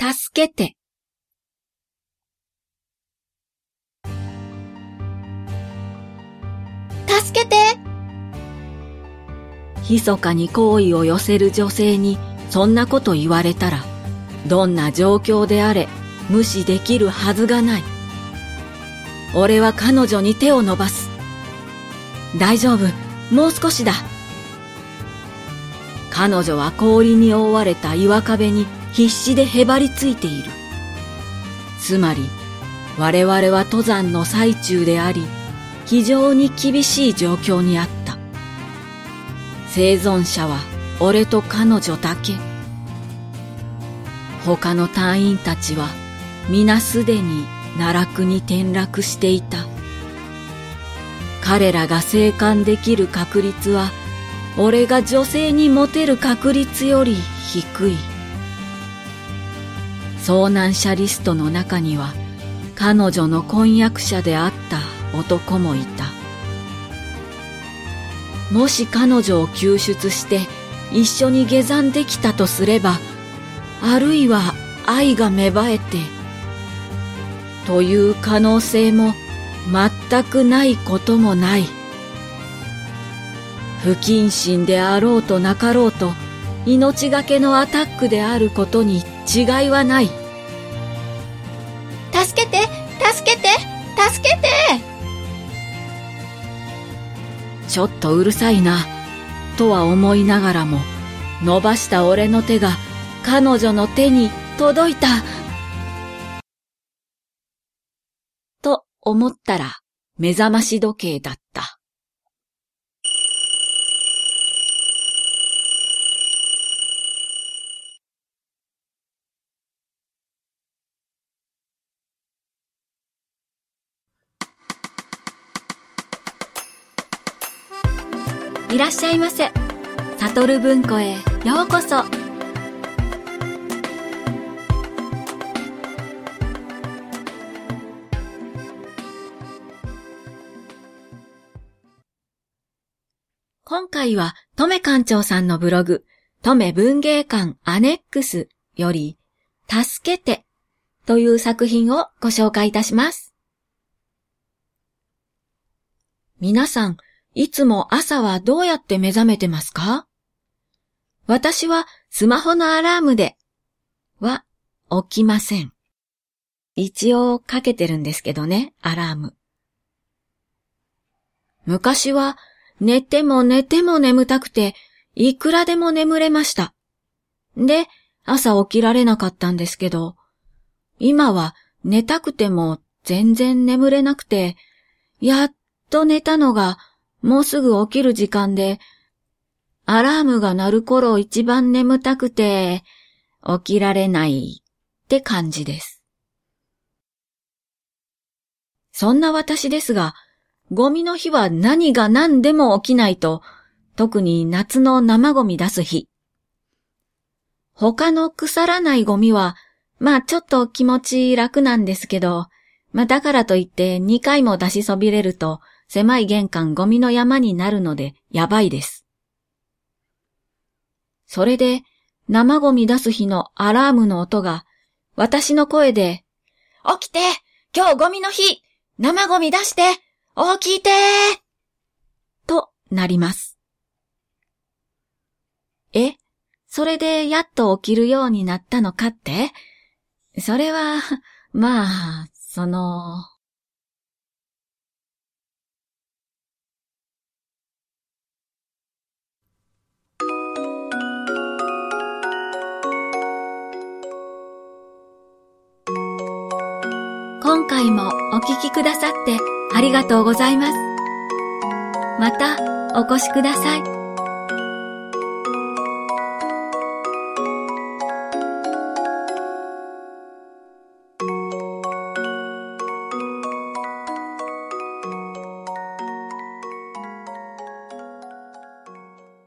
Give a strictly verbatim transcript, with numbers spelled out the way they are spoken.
助けて。 助けて。 密かに好意を寄せる女性にそんなこと言われたら、どんな状況であれ無視できるはずがない。俺は彼女に手を伸ばす。大丈夫、もう少しだ。彼女は氷に覆われた岩壁に必死でへばりついている。つまり、我々は登山の最中であり、非常に厳しい状況にあった。生存者は俺と彼女だけ。他の隊員たちは皆すでに奈落に転落していた。彼らが生還できる確率は、俺が女性にモテる確率より低い。遭難者リストの中には、彼女の婚約者であった男もいた。もし彼女を救出して一緒に下山できたとすれば、あるいは愛が芽生えて、という可能性も全くないこともない。不謹慎であろうとなかろうと、命がけのアタックであることに違いはない。 助けて、助けて、助けて。 ちょっとうるさいな、とは思いながらも、伸ばした俺の手が彼女の手に届いた。と思ったら、目覚まし時計だった。いらっしゃいませ。サトル文庫へようこそ。今回はトメ館長さんのブログ、トメ文芸館アネックスより、助けてという作品をご紹介いたします。皆さん、いつも朝はどうやって目覚めてますか？私はスマホのアラームでは起きません。一応かけてるんですけどね、アラーム。昔は寝ても寝ても眠たくていくらでも眠れました。で、朝起きられなかったんですけど、今は寝たくても全然眠れなくて、やっと寝たのがもうすぐ起きる時間で、アラームが鳴る頃一番眠たくて、起きられないって感じです。そんな私ですが、ゴミの日は何が何でも起きないと、特に夏の生ゴミ出す日。他の腐らないゴミは、まあちょっと気持ち楽なんですけど、まあだからといってにかいも出しそびれると、狭い玄関ゴミの山になるのでやばいです。それで生ゴミ出す日のアラームの音が私の声で、起きて、今日ゴミの日、生ゴミ出して、起きてとなります。え、それでやっと起きるようになったのかって？それは、まあ、その、今回もお聞きくださってありがとうございます。またお越しください。